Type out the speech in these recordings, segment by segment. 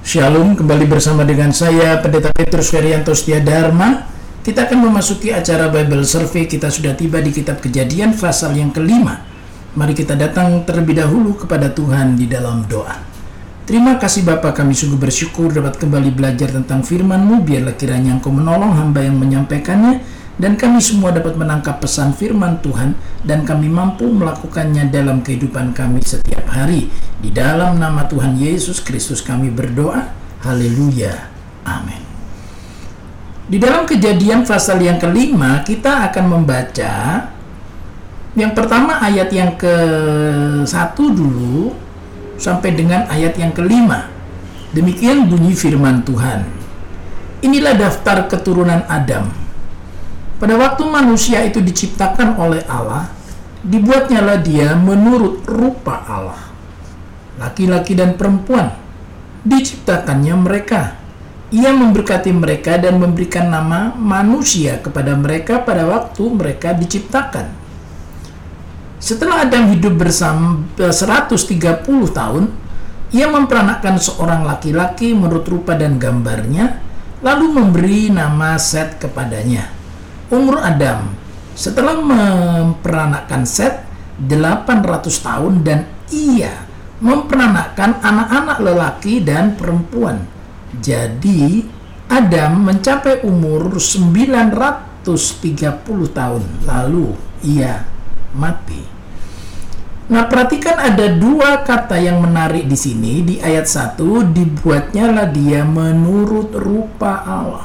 Shalom, kembali bersama dengan saya Pendeta Petrus Ferianto Setia Dharma. Kita akan memasuki acara Bible Survey. Kita sudah tiba di kitab Kejadian pasal yang kelima. Mari kita datang terlebih dahulu kepada Tuhan di dalam doa. Terima kasih Bapa, kami sungguh bersyukur dapat kembali belajar tentang firman-Mu. Biarlah kiranya Engkau menolong hamba yang menyampaikannya, dan kami semua dapat menangkap pesan firman Tuhan, dan kami mampu melakukannya dalam kehidupan kami setiap hari. Di dalam nama Tuhan Yesus Kristus kami berdoa. Haleluya. Amin. Di dalam Kejadian pasal yang kelima, kita akan membaca yang pertama ayat yang ke-1 dulu sampai dengan ayat yang kelima. Demikian bunyi firman Tuhan. Inilah daftar keturunan Adam. Pada waktu manusia itu diciptakan oleh Allah, dibuatnyalah dia menurut rupa Allah. Laki-laki dan perempuan diciptakannya mereka. Ia memberkati mereka dan memberikan nama manusia kepada mereka pada waktu mereka diciptakan. Setelah Adam hidup bersama 130 tahun, ia memperanakkan seorang laki-laki menurut rupa dan gambarnya, lalu memberi nama Set kepadanya. Umur Adam setelah memperanakkan Set 800 tahun, dan ia memperanakkan anak-anak lelaki dan perempuan. Jadi Adam mencapai umur 930 tahun, lalu ia mati. Nah, perhatikan ada dua kata yang menarik di sini. Di ayat 1, dibuatnyalah dia menurut rupa Allah.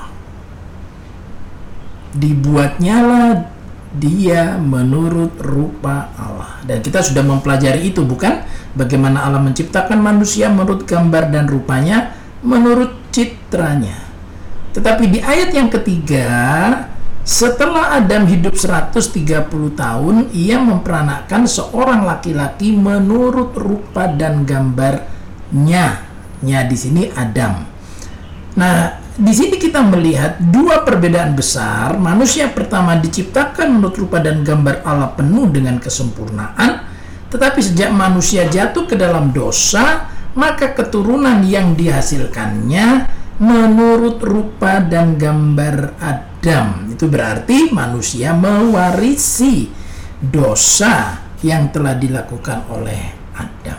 Dibuatnyalah dia menurut rupa Allah. Dan kita sudah mempelajari itu, bukan? Bagaimana Allah menciptakan manusia menurut gambar dan rupanya, menurut citranya. Tetapi di ayat yang ketiga, setelah Adam hidup 130 tahun, ia memperanakkan seorang laki-laki menurut rupa dan gambarnya. Nya di sini Adam. Nah, di sini kita melihat dua perbedaan besar. Manusia pertama diciptakan menurut rupa dan gambar Allah penuh dengan kesempurnaan, tetapi sejak manusia jatuh ke dalam dosa, maka keturunan yang dihasilkannya menurut rupa dan gambar Adam. Itu berarti manusia mewarisi dosa yang telah dilakukan oleh Adam.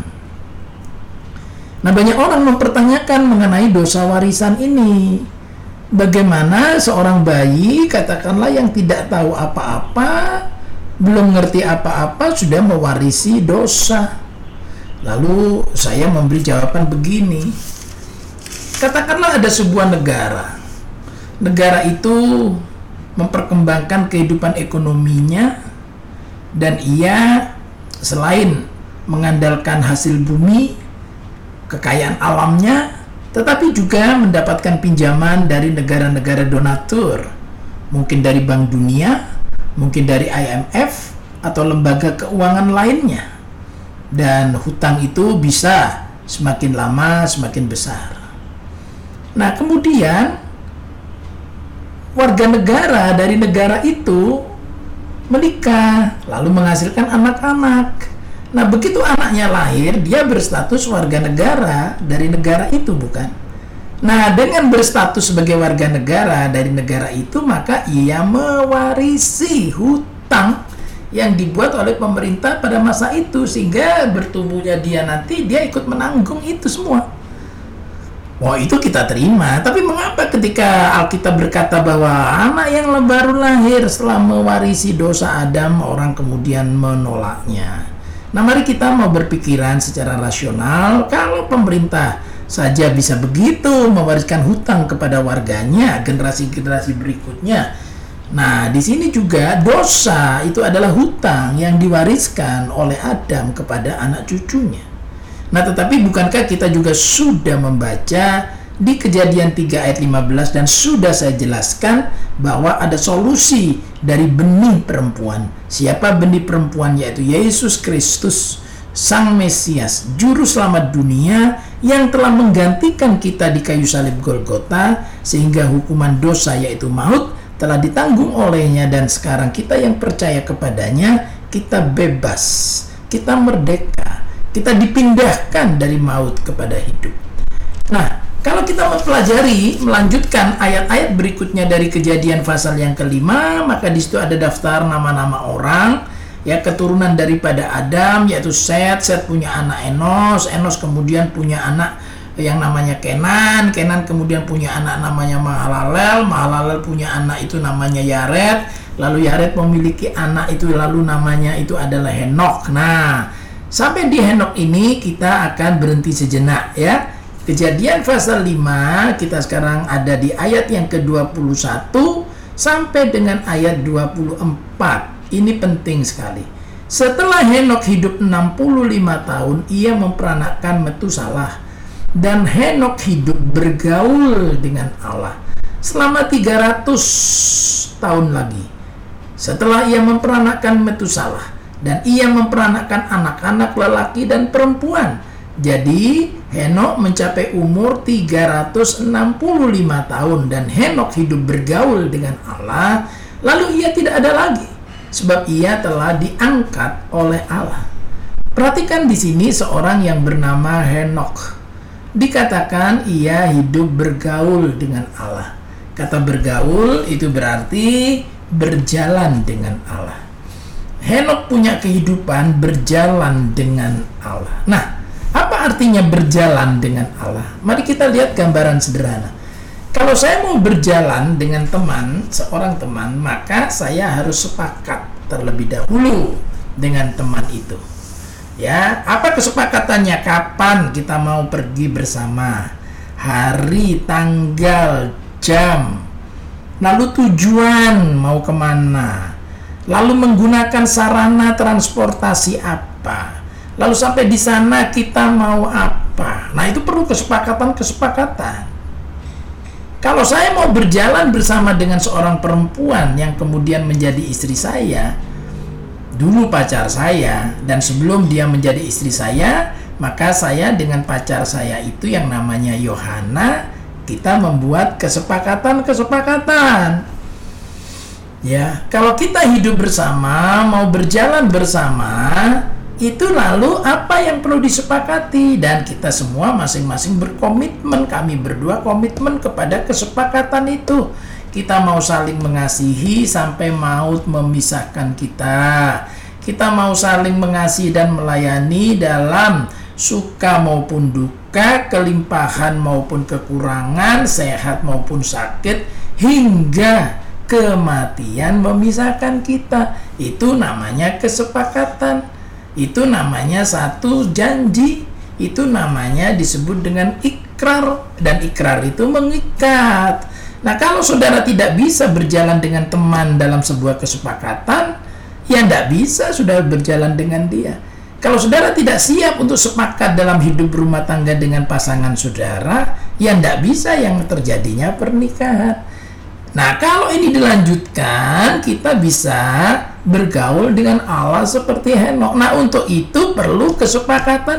Nah, banyak orang mempertanyakan mengenai dosa warisan ini. Bagaimana seorang bayi, katakanlah yang tidak tahu apa-apa, belum ngerti apa-apa, sudah mewarisi dosa? Lalu saya memberi jawaban begini. Katakanlah ada sebuah negara. Negara itu memperkembangkan kehidupan ekonominya, dan ia selain mengandalkan hasil bumi, kekayaan alamnya, tetapi juga mendapatkan pinjaman dari negara-negara donatur, mungkin dari Bank Dunia, mungkin dari IMF atau lembaga keuangan lainnya. Dan hutang itu bisa semakin lama semakin besar. Nah, kemudian warga negara dari negara itu menikah, lalu menghasilkan anak-anak. Nah, begitu anaknya lahir, dia berstatus warga negara dari negara itu, bukan? Nah, dengan berstatus sebagai warga negara dari negara itu, maka ia mewarisi hutang yang dibuat oleh pemerintah pada masa itu, sehingga bertumbuhnya dia nanti, dia ikut menanggung itu semua. Wah, itu kita terima. Tapi mengapa ketika Alkitab berkata bahwa anak yang baru lahir setelah mewarisi dosa Adam, orang kemudian menolaknya? Nah, mari kita mau berpikiran secara rasional. Kalau pemerintah saja bisa begitu mewariskan hutang kepada warganya, generasi-generasi berikutnya. Nah, di sini juga dosa itu adalah hutang yang diwariskan oleh Adam kepada anak cucunya. Nah, tetapi bukankah kita juga sudah membaca di Kejadian 3 ayat 15, dan sudah saya jelaskan bahwa ada solusi dari benih perempuan. Siapa benih perempuan? Yaitu Yesus Kristus, Sang Mesias, Juru Selamat dunia, yang telah menggantikan kita di kayu salib Golgota, sehingga hukuman dosa yaitu maut telah ditanggung olehnya, dan sekarang kita yang percaya kepadanya, kita bebas, kita merdeka, kita dipindahkan dari maut kepada hidup. Nah, kalau kita mempelajari, melanjutkan ayat-ayat berikutnya dari Kejadian pasal yang kelima, maka di situ ada daftar nama-nama orang, ya, keturunan daripada Adam, yaitu Set. Set punya anak Enos. Enos kemudian punya anak yang namanya Kenan. Kenan kemudian punya anak namanya Mahalalel. Mahalalel punya anak itu namanya Yared. Lalu Yared memiliki anak itu, lalu namanya itu adalah Henok. Nah, sampai di Henok ini kita akan berhenti sejenak, ya. Kejadian pasal 5, kita sekarang ada di ayat yang ke-21 sampai dengan ayat 24. Ini penting sekali. Setelah Henok hidup 65 tahun, ia memperanakkan Metusalah. Dan Henok hidup bergaul dengan Allah selama 300 tahun lagi. Setelah ia memperanakkan Metusalah, dan ia memperanakkan anak-anak lelaki dan perempuan. Jadi Henok mencapai umur 365 tahun, dan Henok hidup bergaul dengan Allah. Lalu ia tidak ada lagi, sebab ia telah diangkat oleh Allah. Perhatikan di sini seorang yang bernama Henok. Dikatakan ia hidup bergaul dengan Allah. Kata bergaul itu berarti berjalan dengan Allah. Henok punya kehidupan berjalan dengan Allah. Nah, apa artinya berjalan dengan Allah? Mari kita lihat gambaran sederhana. Kalau saya mau berjalan dengan teman, seorang teman, maka saya harus sepakat terlebih dahulu dengan teman itu. Ya, apa kesepakatannya? Kapan kita mau pergi bersama? Hari, tanggal, jam. Lalu tujuan mau kemana? Lalu menggunakan sarana transportasi apa? Lalu sampai di sana kita mau apa? Nah, itu perlu kesepakatan. Kalau saya mau berjalan bersama dengan seorang perempuan yang kemudian menjadi istri saya, dulu pacar saya, dan sebelum dia menjadi istri saya, maka saya dengan pacar saya itu yang namanya Yohana, kita membuat kesepakatan. Ya, kalau kita hidup bersama, mau berjalan bersama, itu lalu apa yang perlu disepakati, dan kita semua masing-masing berkomitmen. Kami berdua komitmen kepada kesepakatan itu. Kita mau saling mengasihi sampai maut memisahkan kita. Kita mau saling mengasihi dan melayani dalam suka maupun duka, kelimpahan maupun kekurangan, sehat maupun sakit, hingga kematian memisahkan kita. Itu namanya kesepakatan. Itu namanya satu janji. Itu namanya disebut dengan ikrar. Dan ikrar itu mengikat. Nah, kalau saudara tidak bisa berjalan dengan teman dalam sebuah kesepakatan, ya tidak bisa saudara berjalan dengan dia. Kalau saudara tidak siap untuk sepakat dalam hidup rumah tangga dengan pasangan saudara, ya tidak bisa yang terjadinya pernikahan. Nah, kalau ini dilanjutkan, kita bisa bergaul dengan Allah seperti Henok. Nah, untuk itu perlu kesepakatan.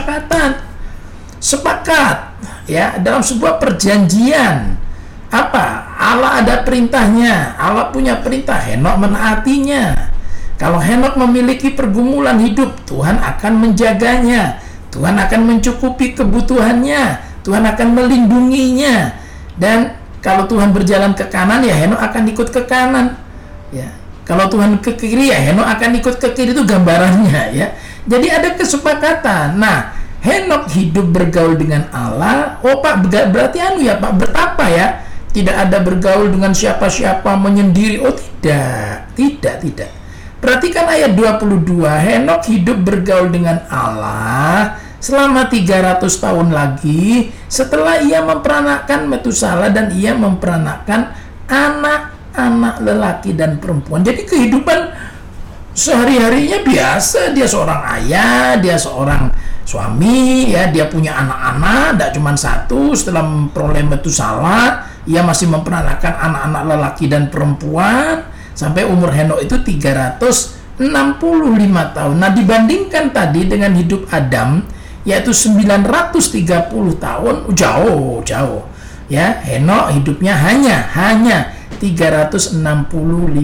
Sepakat, ya, dalam sebuah perjanjian. Apa? Allah ada perintahnya. Allah punya perintah, Henok menaatinya. Kalau Henok memiliki pergumulan hidup, Tuhan akan menjaganya. Tuhan akan mencukupi kebutuhannya. Tuhan akan melindunginya. Dan kalau Tuhan berjalan ke kanan, ya Henok akan ikut ke kanan. Ya. Kalau Tuhan ke kiri, ya Henok akan ikut ke kiri. Itu gambarannya, ya. Jadi ada kesepakatan. Nah, Henok hidup bergaul dengan Allah. Oh Pak, berarti Pak, bertapa ya. Tidak ada bergaul dengan siapa-siapa menyendiri. Oh tidak. Perhatikan ayat 22. Henok hidup bergaul dengan Allah selama 300 tahun lagi setelah ia memperanakkan Metusalah, dan ia memperanakkan anak-anak lelaki dan perempuan. Jadi kehidupan sehari-harinya biasa. Dia seorang ayah, dia seorang suami, ya, dia punya anak-anak, tidak cuma satu. Setelah memperoleh Metusalah, ia masih memperanakkan anak-anak lelaki dan perempuan sampai umur Henok itu 365 tahun. Nah, dibandingkan tadi dengan hidup Adam, yaitu 930 tahun, jauh. Ya, Henok hidupnya hanya 365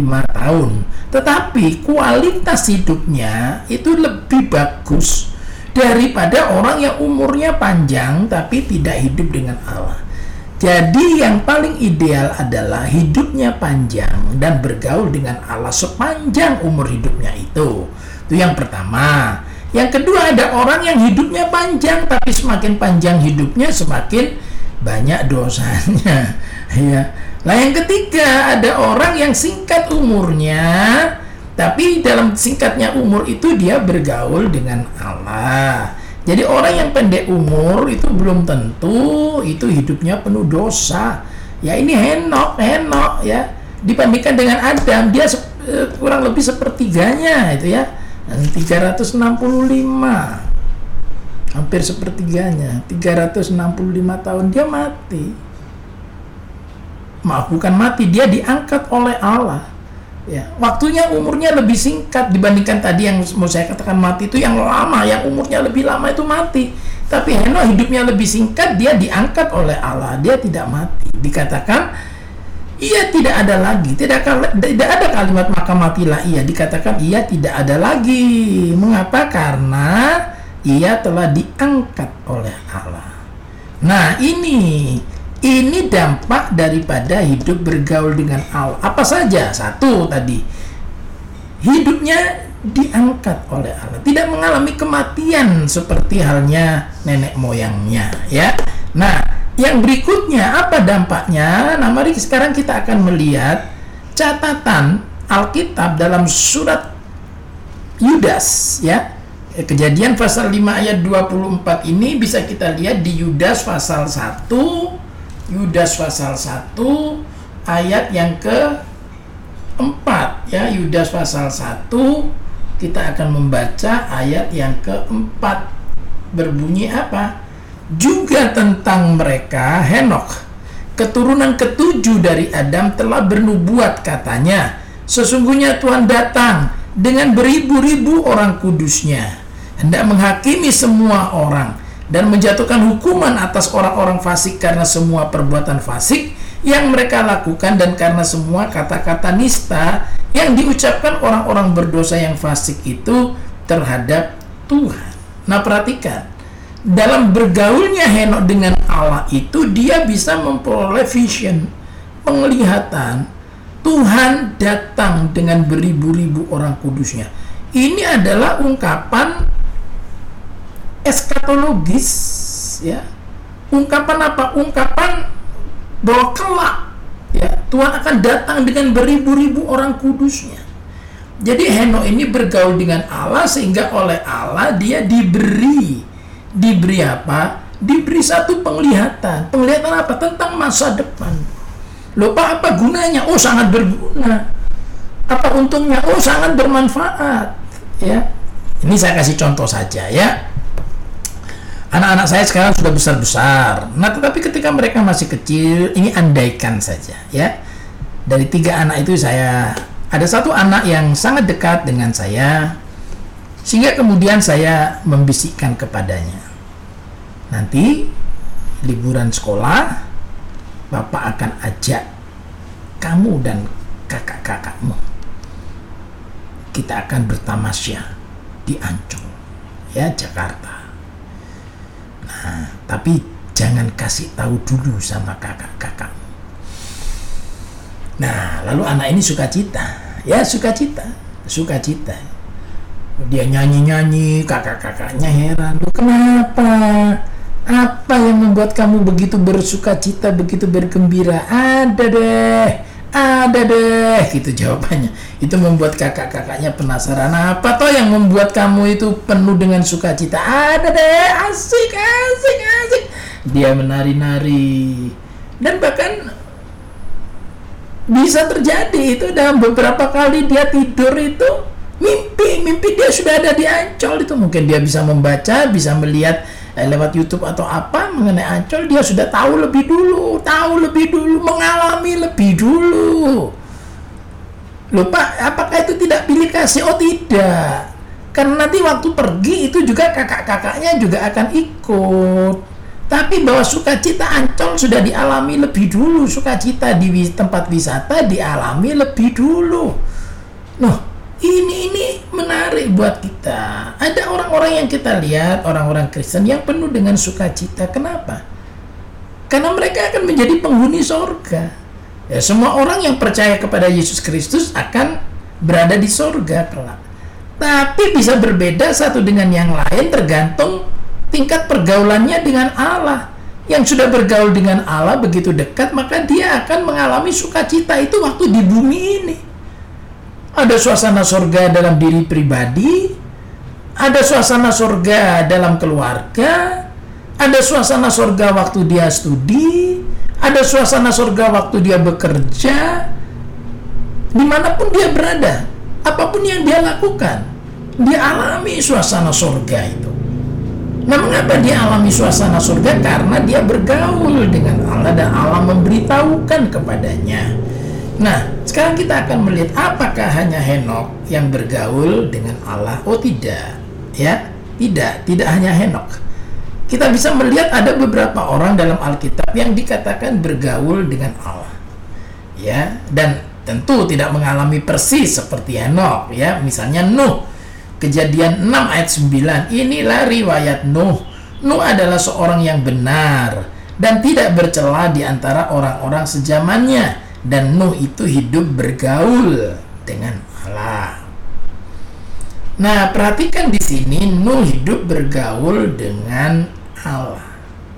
tahun. Tetapi kualitas hidupnya itu lebih bagus daripada orang yang umurnya panjang tapi tidak hidup dengan Allah. Jadi yang paling ideal adalah hidupnya panjang dan bergaul dengan Allah sepanjang umur hidupnya itu. Itu yang pertama. Yang kedua, ada orang yang hidupnya panjang tapi semakin panjang hidupnya semakin banyak dosanya. Ya. Nah, yang ketiga, ada orang yang singkat umurnya tapi dalam singkatnya umur itu dia bergaul dengan Allah. Jadi orang yang pendek umur itu belum tentu itu hidupnya penuh dosa. Ya, ini Henok ya. Dibandingkan dengan Adam, dia kurang lebih sepertiganya itu ya. 365. Hampir sepertiganya. 365 tahun dia mati. Maaf, bukan mati, dia diangkat oleh Allah. Ya, waktunya umurnya lebih singkat dibandingkan tadi yang mau saya katakan mati itu yang lama, yang umurnya lebih lama itu mati. Tapi Henok hidupnya lebih singkat, dia diangkat oleh Allah, dia tidak mati. Dikatakan ia tidak ada lagi, tidak ada kalimat maka matilah ia. Dikatakan ia tidak ada lagi. Mengapa? Karena ia telah diangkat oleh Allah. Nah, ini dampak daripada hidup bergaul dengan Allah. Apa saja? Satu tadi, hidupnya diangkat oleh Allah, tidak mengalami kematian seperti halnya nenek moyangnya, ya. Nah, yang berikutnya apa dampaknya? Nah, mari sekarang kita akan melihat catatan Alkitab dalam surat Yudas, ya. Kejadian pasal 5 ayat 24 ini bisa kita lihat di Yudas pasal 1 ayat yang ke-4, ya. Yudas pasal 1 kita akan membaca ayat yang ke-4, berbunyi apa? Juga tentang mereka Henok, keturunan ketujuh dari Adam, telah bernubuat katanya, sesungguhnya Tuhan datang dengan beribu-ribu orang kudusnya, hendak menghakimi semua orang dan menjatuhkan hukuman atas orang-orang fasik karena semua perbuatan fasik yang mereka lakukan dan karena semua kata-kata nista yang diucapkan orang-orang berdosa yang fasik itu terhadap Tuhan. Nah, perhatikan, dalam bergaulnya Henok dengan Allah itu dia bisa memperoleh vision, penglihatan. Tuhan datang dengan beribu-ribu orang kudusnya. Ini adalah ungkapan eskatologis, ya. Ungkapan apa? Ungkapan bahwa kelak, ya, Tuhan akan datang dengan beribu-ribu orang kudusnya. Jadi Henok ini bergaul dengan Allah sehingga oleh Allah dia diberi apa? Diberi satu penglihatan. Penglihatan apa? Tentang masa depan. Loh, Pak, apa gunanya? Oh, sangat berguna. Apa untungnya? Oh, sangat bermanfaat, ya. Ini saya kasih contoh saja, ya. Anak-anak saya sekarang sudah besar-besar. Nah, tetapi ketika mereka masih kecil, ini andaikan saja, ya. Dari 3 anak itu ada satu anak yang sangat dekat dengan saya, sehingga kemudian saya membisikkan kepadanya, nanti liburan sekolah, Bapak akan ajak kamu dan kakak-kakakmu. Kita akan bertamasya di Ancol, ya, Jakarta. Nah, tapi jangan kasih tahu dulu sama kakak-kakakmu. Nah, lalu anak ini sukacita. Dia nyanyi-nyanyi, kakak-kakaknya heran. Loh, kenapa? Apa yang membuat kamu begitu bersukacita, begitu bergembira? Ada deh, gitu jawabannya. Itu membuat kakak-kakaknya penasaran. Apa toh yang membuat kamu itu penuh dengan sukacita? Ada deh, asik. Dia menari-nari. Dan bahkan bisa terjadi itu dalam beberapa kali dia tidur itu mimpi dia sudah ada di Ancol itu. Mungkin dia bisa membaca, bisa melihat lewat YouTube atau apa mengenai Ancol. Dia sudah tahu lebih dulu, mengalami lebih dulu. Loh, Pak, apakah itu tidak pilih kasih? Oh, tidak. Karena nanti waktu pergi itu juga kakak-kakaknya juga akan ikut. Tapi bahwa sukacita Ancol sudah dialami lebih dulu, sukacita di tempat wisata dialami lebih dulu. Loh, Ini menarik buat kita. Ada orang-orang yang kita lihat, orang-orang Kristen yang penuh dengan sukacita. Kenapa? Karena mereka akan menjadi penghuni sorga. Ya, semua orang yang percaya kepada Yesus Kristus akan berada di sorga kelak. Tapi bisa berbeda satu dengan yang lain tergantung tingkat pergaulannya dengan Allah. Yang sudah bergaul dengan Allah begitu dekat, maka dia akan mengalami sukacita itu waktu di bumi ini. Ada suasana sorga dalam diri pribadi, ada suasana sorga dalam keluarga, ada suasana sorga waktu dia studi, ada suasana sorga waktu dia bekerja, dimanapun dia berada, apapun yang dia lakukan, dia alami suasana sorga itu. Nah, mengapa dia alami suasana surga? Karena dia bergaul dengan Allah dan Allah memberitahukan kepadanya. Nah, sekarang kita akan melihat apakah hanya Henokh yang bergaul dengan Allah? Oh, tidak. Ya, tidak hanya Henokh. Kita bisa melihat ada beberapa orang dalam Alkitab yang dikatakan bergaul dengan Allah. Ya, dan tentu tidak mengalami persis seperti Henokh, ya. Misalnya Nuh. Kejadian 6 ayat 9. Inilah riwayat Nuh. Nuh adalah seorang yang benar dan tidak bercela di antara orang-orang sezamannya, dan Nuh itu hidup bergaul dengan Allah. Nah, perhatikan di sini Nuh hidup bergaul dengan Allah.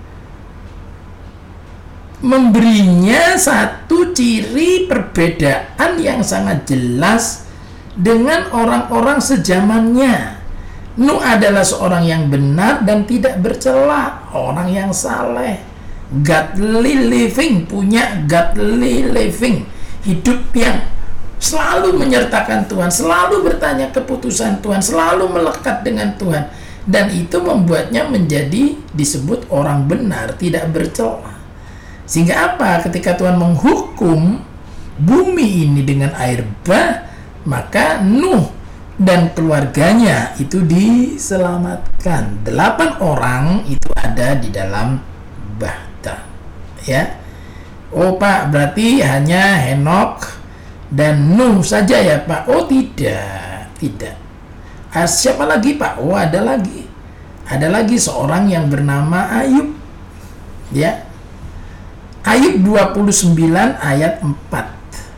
Memberinya satu ciri perbedaan yang sangat jelas dengan orang-orang sezamannya. Nuh adalah seorang yang benar dan tidak bercela, orang yang saleh, godly living, punya godly living, hidup yang selalu menyertakan Tuhan, selalu bertanya keputusan Tuhan, selalu melekat dengan Tuhan, dan itu membuatnya menjadi disebut orang benar, tidak bercela. Sehingga apa? Ketika Tuhan menghukum bumi ini dengan air bah, maka Nuh dan keluarganya itu diselamatkan. 8 orang itu ada di dalam bata. Ya. Oh Pak, berarti hanya Henokh dan Nuh saja ya Pak? Oh tidak. Siapa lagi Pak? Oh ada lagi. Ada lagi seorang yang bernama Ayub. Ya. Ayub 29 ayat 4.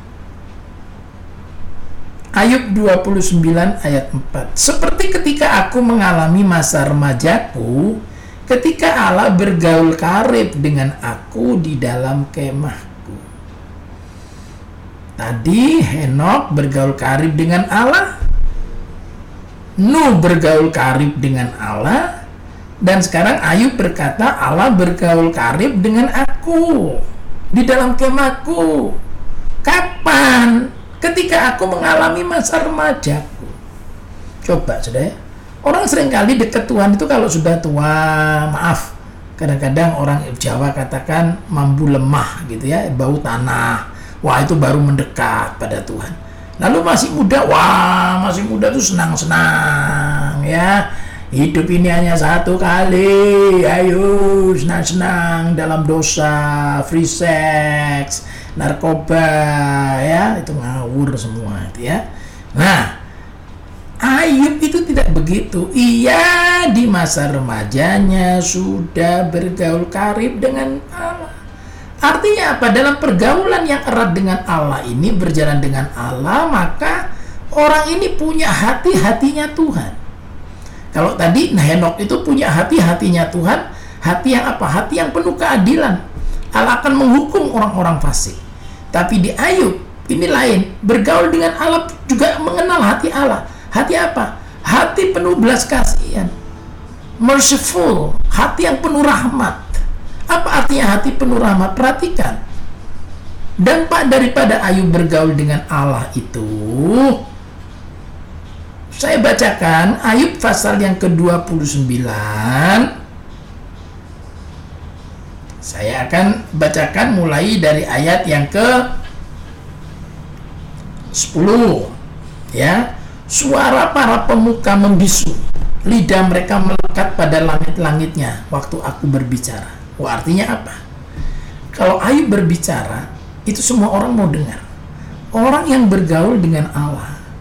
Ayub 29 ayat 4. Seperti ketika aku mengalami masa remajaku, ketika Allah bergaul karib dengan aku di dalam kemahku. Tadi Henokh bergaul karib dengan Allah, Nuh bergaul karib dengan Allah, dan sekarang Ayub berkata Allah bergaul karib dengan aku di dalam kemahku. Kapan? Ketika aku mengalami masa remajaku. Coba saudara, orang seringkali dekat Tuhan itu kalau sudah tua, maaf, kadang-kadang orang Jawa katakan mambu lemah gitu ya, bau tanah. Wah, itu baru mendekat pada Tuhan. Lalu masih muda, wah masih muda tuh senang-senang ya. Hidup ini hanya satu kali, ayo senang-senang dalam dosa, free sex, narkoba, ya itu ngawur semua itu ya. Nah, Ayub itu tidak begitu. Ia di masa remajanya sudah bergaul karib dengan Allah. Artinya apa? Dalam pergaulan yang erat dengan Allah ini, berjalan dengan Allah, maka orang ini punya hati-hatinya Tuhan. Kalau tadi Henokh itu punya hati-hatinya Tuhan, hati yang apa? Hati yang penuh keadilan. Allah akan menghukum orang-orang fasik. Tapi di Ayub ini lain, bergaul dengan Allah juga mengenal hati Allah. Hati apa? Hati penuh belas kasihan, merciful, hati yang penuh rahmat. Apa artinya hati penuh rahmat? Perhatikan, dampak daripada Ayub bergaul dengan Allah itu, saya bacakan Ayub pasal yang ke-29. Saya akan bacakan mulai dari ayat yang ke-10. Ya, suara para pemuka membisu, lidah mereka melekat pada langit-langitnya waktu aku berbicara. Wah, artinya apa? Kalau Ayub berbicara, itu semua orang mau dengar. Orang yang bergaul dengan Allah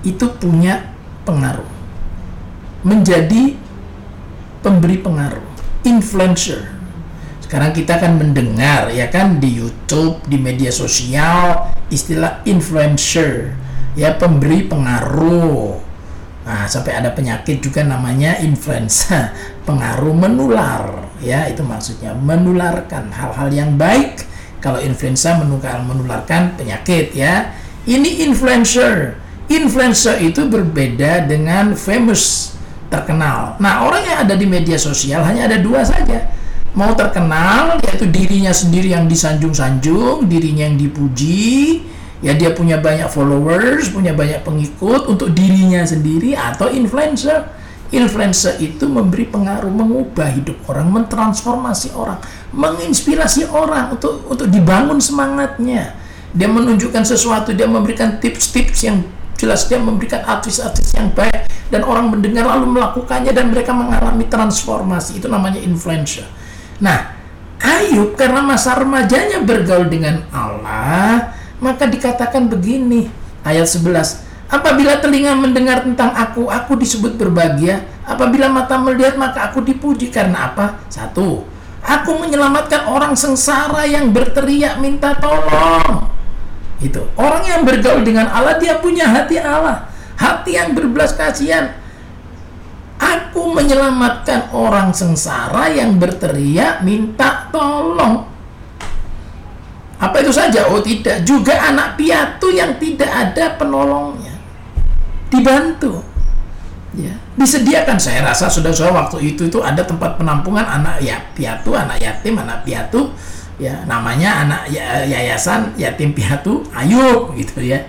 itu punya pengaruh, menjadi pemberi pengaruh, influencer. Sekarang kita kan mendengar ya kan di YouTube, di media sosial istilah influencer, ya pemberi pengaruh. Nah, sampai ada penyakit juga namanya influenza, pengaruh menular, ya itu maksudnya menularkan hal-hal yang baik. Kalau influenza menularkan penyakit, ya. Ini influencer. Influencer itu berbeda dengan famous, terkenal. Nah, orang yang ada di media sosial hanya ada dua saja. Mau terkenal, yaitu dirinya sendiri yang disanjung-sanjung, dirinya yang dipuji, ya dia punya banyak followers, punya banyak pengikut untuk dirinya sendiri, atau influencer. Influencer itu memberi pengaruh, mengubah hidup orang, mentransformasi orang, menginspirasi orang untuk dibangun semangatnya. Dia menunjukkan sesuatu, dia memberikan tips-tips yang jelas, dia memberikan advice-advice yang baik, dan orang mendengar lalu melakukannya dan mereka mengalami transformasi. Itu namanya influencer. Nah, Ayub karena masa remajanya bergaul dengan Allah, maka dikatakan begini, ayat 11, apabila telinga mendengar tentang aku disebut berbahagia. Apabila mata melihat, maka aku dipuji. Karena apa? 1, aku menyelamatkan orang sengsara yang berteriak minta tolong. Itu orang yang bergaul dengan Allah, dia punya hati Allah, hati yang berbelas kasihan. Aku menyelamatkan orang sengsara yang berteriak minta tolong. Apa itu saja? Oh tidak, juga anak piatu yang tidak ada penolongnya dibantu, ya, disediakan. Saya rasa saudara-saudara waktu itu ada tempat penampungan anak piatu, anak yatim, anak piatu, ya, namanya anak yayasan yatim piatu Ayub, gitu ya.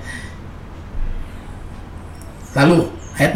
Lalu ayat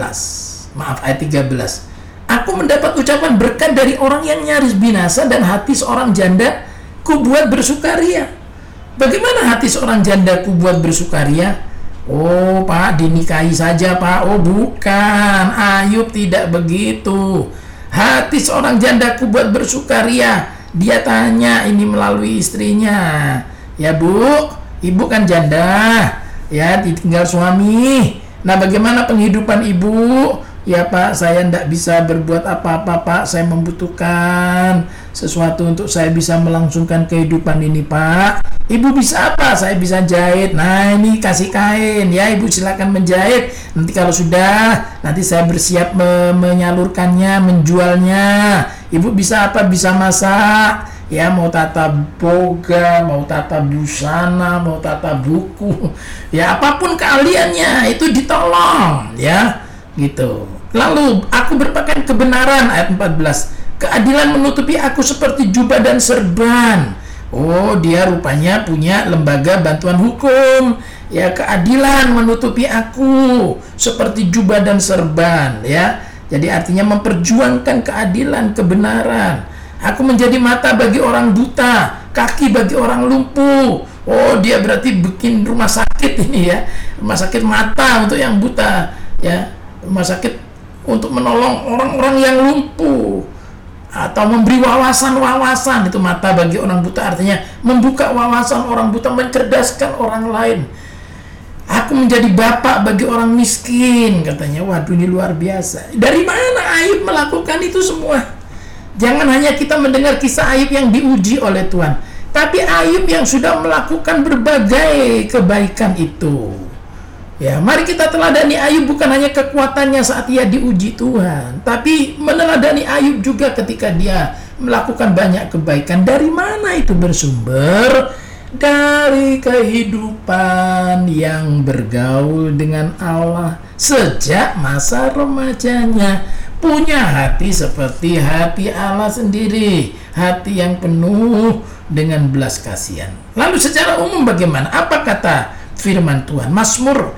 13, aku mendapat ucapan berkat dari orang yang nyaris binasa, dan hati seorang janda ku buat bersukaria. Bagaimana hati seorang janda ku buat bersukaria? Oh Pak, dinikahi saja Pak. Oh bukan, Ayub tidak begitu. Hati seorang janda ku buat bersukaria. Dia tanya ini melalui istrinya, ya Bu, ibu kan janda, ya ditinggal suami. Nah bagaimana penghidupan ibu? Ya Pak, saya tidak bisa berbuat apa-apa Pak, saya membutuhkan sesuatu untuk saya bisa melangsungkan kehidupan ini Pak. Ibu bisa apa? Saya bisa jahit. Nah ini kasih kain, ya ibu silakan menjahit. Nanti kalau sudah, nanti saya bersiap menyalurkannya, menjualnya. Ibu bisa apa? Bisa masak, ya, mau tata boga, mau tata busana, mau tata buku, ya apapun keahliannya itu ditolong, ya gitu. Lalu aku berpakaian kebenaran, ayat 14, keadilan menutupi aku seperti jubah dan serban. Oh dia rupanya punya lembaga bantuan hukum, ya, keadilan menutupi aku seperti jubah dan serban, ya. Jadi artinya memperjuangkan keadilan, kebenaran. Aku menjadi mata bagi orang buta, kaki bagi orang lumpuh. Oh dia berarti bikin rumah sakit ini, ya, rumah sakit mata untuk yang buta, ya, rumah sakit untuk menolong orang-orang yang lumpuh, atau memberi wawasan-wawasan. Itu mata bagi orang buta, artinya membuka wawasan orang buta, mencerdaskan orang lain. Aku menjadi bapak bagi orang miskin, katanya. Waduh, ini luar biasa. Dari mana Ayub melakukan itu semua? Jangan hanya kita mendengar kisah Ayub yang diuji oleh Tuhan, tapi Ayub yang sudah melakukan berbagai kebaikan itu. Ya, mari kita teladani Ayub, bukan hanya kekuatannya saat ia diuji Tuhan, tapi meneladani Ayub juga ketika dia melakukan banyak kebaikan. Dari mana itu bersumber? Dari kehidupan yang bergaul dengan Allah sejak masa remajanya. Punya hati seperti hati Allah sendiri, hati yang penuh dengan belas kasihan. Lalu secara umum bagaimana? Apa kata firman Tuhan? Mazmur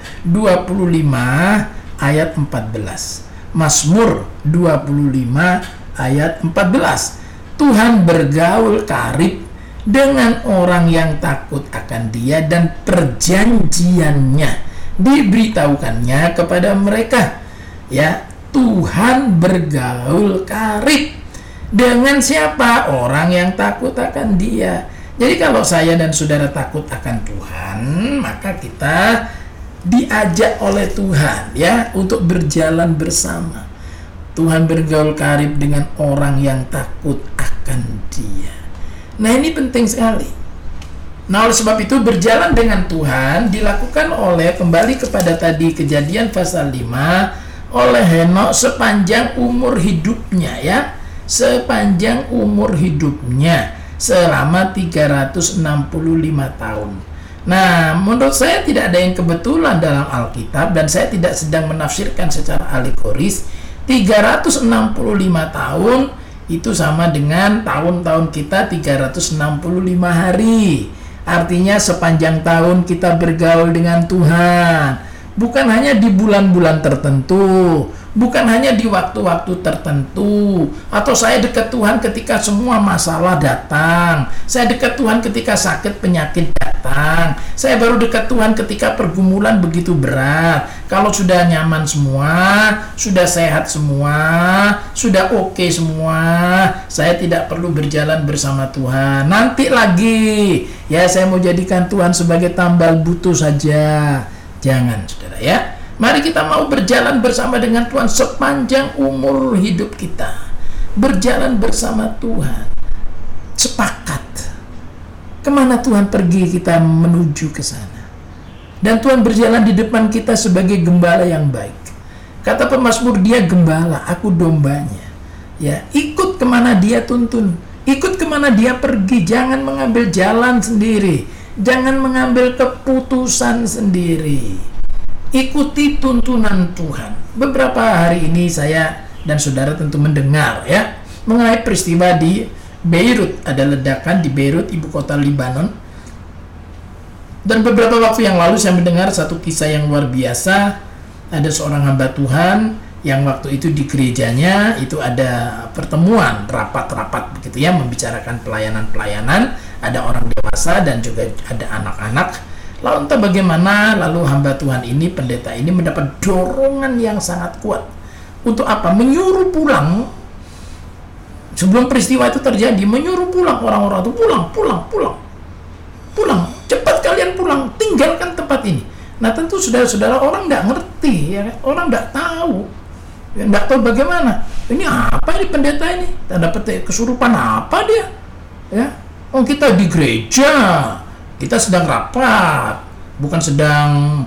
25 ayat 14. Mazmur 25 ayat 14. Tuhan bergaul karib dengan orang yang takut akan Dia, dan perjanjiannya diberitahukannya kepada mereka. Ya, Tuhan bergaul karib dengan siapa? Orang yang takut akan Dia. Jadi kalau saya dan saudara takut akan Tuhan, maka kita diajak oleh Tuhan ya untuk berjalan bersama. Tuhan bergaul karib dengan orang yang takut akan Dia. Nah, ini penting sekali. Nah, oleh sebab itu berjalan dengan Tuhan dilakukan oleh, kembali kepada tadi Kejadian pasal 5, oleh Henokh sepanjang umur hidupnya ya. Sepanjang umur hidupnya selama 365 tahun. Nah, menurut saya tidak ada yang kebetulan dalam Alkitab, dan saya tidak sedang menafsirkan secara alegoris. 365 tahun itu sama dengan tahun-tahun kita 365 hari. Artinya sepanjang tahun kita bergaul dengan Tuhan. Bukan hanya di bulan-bulan tertentu, bukan hanya di waktu-waktu tertentu, atau saya dekat Tuhan ketika semua masalah datang, saya dekat Tuhan ketika sakit penyakit datang, saya baru dekat Tuhan ketika pergumulan begitu berat. Kalau sudah nyaman semua, sudah sehat semua, sudah oke semua, saya tidak perlu berjalan bersama Tuhan. Nanti lagi ya, saya mau jadikan Tuhan sebagai tambal butuh saja. Jangan, saudara ya. Mari kita mau berjalan bersama dengan Tuhan sepanjang umur hidup kita. Berjalan bersama Tuhan. Sepakat. Kemana Tuhan pergi, kita menuju ke sana. Dan Tuhan berjalan di depan kita sebagai gembala yang baik. Kata pemazmur, Dia gembala, aku dombanya. Ya, ikut kemana Dia tuntun. Ikut kemana Dia pergi. Jangan mengambil jalan sendiri. Jangan mengambil keputusan sendiri. Ikuti tuntunan Tuhan. Beberapa hari ini saya dan saudara tentu mendengar ya mengenai peristiwa di Beirut. Ada ledakan di Beirut, ibu kota Lebanon. Dan beberapa waktu yang lalu saya mendengar satu kisah yang luar biasa. Ada seorang hamba Tuhan yang waktu itu di gerejanya itu ada pertemuan, rapat-rapat begitu ya, membicarakan pelayanan-pelayanan. Ada orang dewasa dan juga ada anak-anak. Lalu entah bagaimana, lalu hamba Tuhan ini, pendeta ini mendapat dorongan yang sangat kuat. Untuk apa? Menyuruh pulang. Sebelum peristiwa itu terjadi, menyuruh pulang orang-orang itu, pulang, cepat kalian pulang, tinggalkan tempat ini. Nah, tentu saudara-saudara, orang tidak ngerti, ya, orang tidak tahu, tidak tahu bagaimana. Ini apa ini pendeta ini? Tanda petik kesurupan apa dia? Ya. Oh, kita di gereja, kita sedang rapat, bukan sedang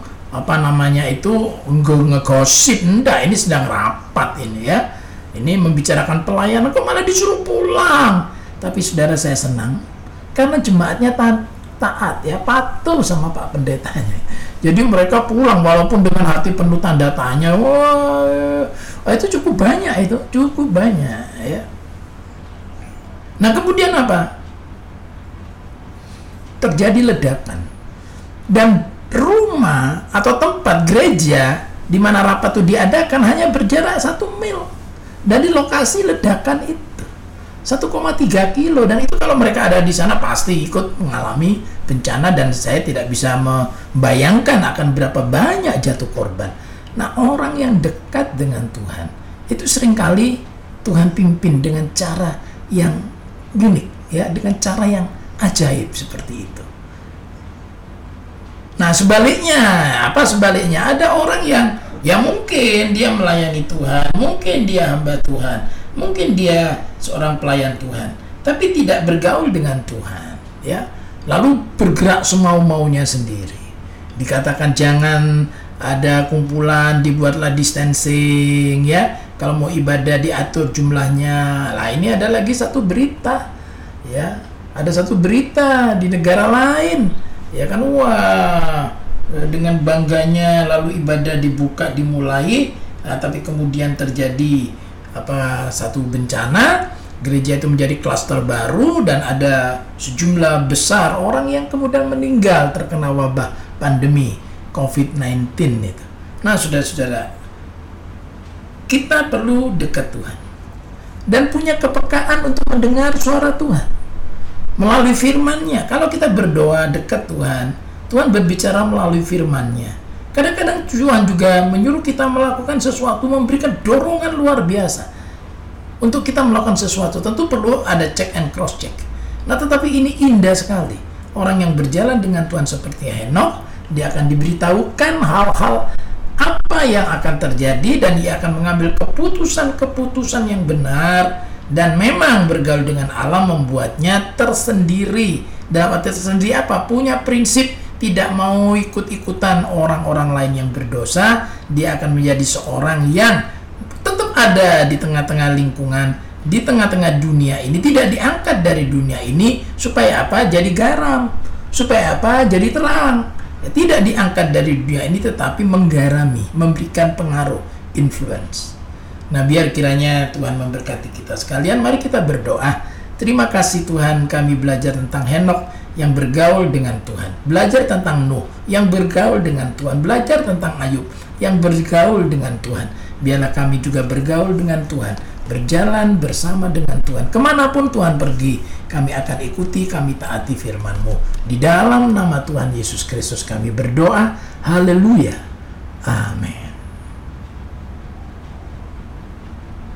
ngegosip, enggak, ini sedang rapat ini ya. Ini membicarakan pelayanan, kok malah disuruh pulang. Tapi saudara, saya senang karena jemaatnya taat ya, patuh sama Pak Pendetanya. Jadi mereka pulang walaupun dengan hati penuh tanda tanya. Wah, itu cukup banyak ya. Nah, kemudian apa? Terjadi ledakan, dan rumah atau tempat gereja di mana rapat itu diadakan hanya berjarak 1 mil dari lokasi ledakan itu, 1,3 kilo. Dan itu kalau mereka ada di sana pasti ikut mengalami bencana, dan saya tidak bisa membayangkan akan berapa banyak jatuh korban. Nah, orang yang dekat dengan Tuhan itu seringkali Tuhan pimpin dengan cara yang unik ya, dengan cara yang ajaib seperti itu. Nah, sebaliknya, ada orang yang mungkin dia melayani Tuhan, mungkin dia hamba Tuhan, mungkin dia seorang pelayan Tuhan, tapi tidak bergaul dengan Tuhan, ya. Lalu bergerak semau-maunya sendiri. Dikatakan jangan ada kumpulan, dibuatlah distancing, ya. Kalau mau ibadah diatur jumlahnya. Lah, ini ada lagi satu berita, ya. Ada satu berita di negara lain, ya kan, wah, dengan bangganya lalu ibadah dimulai, tapi kemudian terjadi satu bencana, gereja itu menjadi klaster baru, dan ada sejumlah besar orang yang kemudian meninggal terkena wabah pandemi COVID-19 itu. Nah, saudara-saudara, kita perlu dekat Tuhan dan punya kepekaan untuk mendengar suara Tuhan melalui firman-Nya. Kalau kita berdoa dekat Tuhan, Tuhan berbicara melalui firman-Nya. Kadang-kadang Tuhan juga menyuruh kita melakukan sesuatu, memberikan dorongan luar biasa untuk kita melakukan sesuatu. Tentu perlu ada check and cross check. Nah, tetapi ini indah sekali. Orang yang berjalan dengan Tuhan seperti Henokh, Dia akan diberitahukan hal-hal apa yang akan terjadi, dan dia akan mengambil keputusan-keputusan yang benar. Dan memang bergaul dengan Allah membuatnya tersendiri. Dalam arti tersendiri apa? Punya prinsip, tidak mau ikut-ikutan orang-orang lain yang berdosa. Dia akan menjadi seorang yang tetap ada di tengah-tengah lingkungan, di tengah-tengah dunia ini, tidak diangkat dari dunia ini. Supaya apa? Jadi garam. Supaya apa? Jadi terang. Tidak diangkat dari dunia ini, tetapi menggarami, memberikan pengaruh, influence. Nah, biar kiranya Tuhan memberkati kita sekalian. Mari kita berdoa. Terima kasih Tuhan, kami belajar tentang Henokh yang bergaul dengan Tuhan, belajar tentang Nuh yang bergaul dengan Tuhan, belajar tentang Ayub yang bergaul dengan Tuhan. Biarlah kami juga bergaul dengan Tuhan, berjalan bersama dengan Tuhan. Kemanapun Tuhan pergi, kami akan ikuti, kami taati firman-Mu. Di dalam nama Tuhan Yesus Kristus kami berdoa. Haleluya. Amin.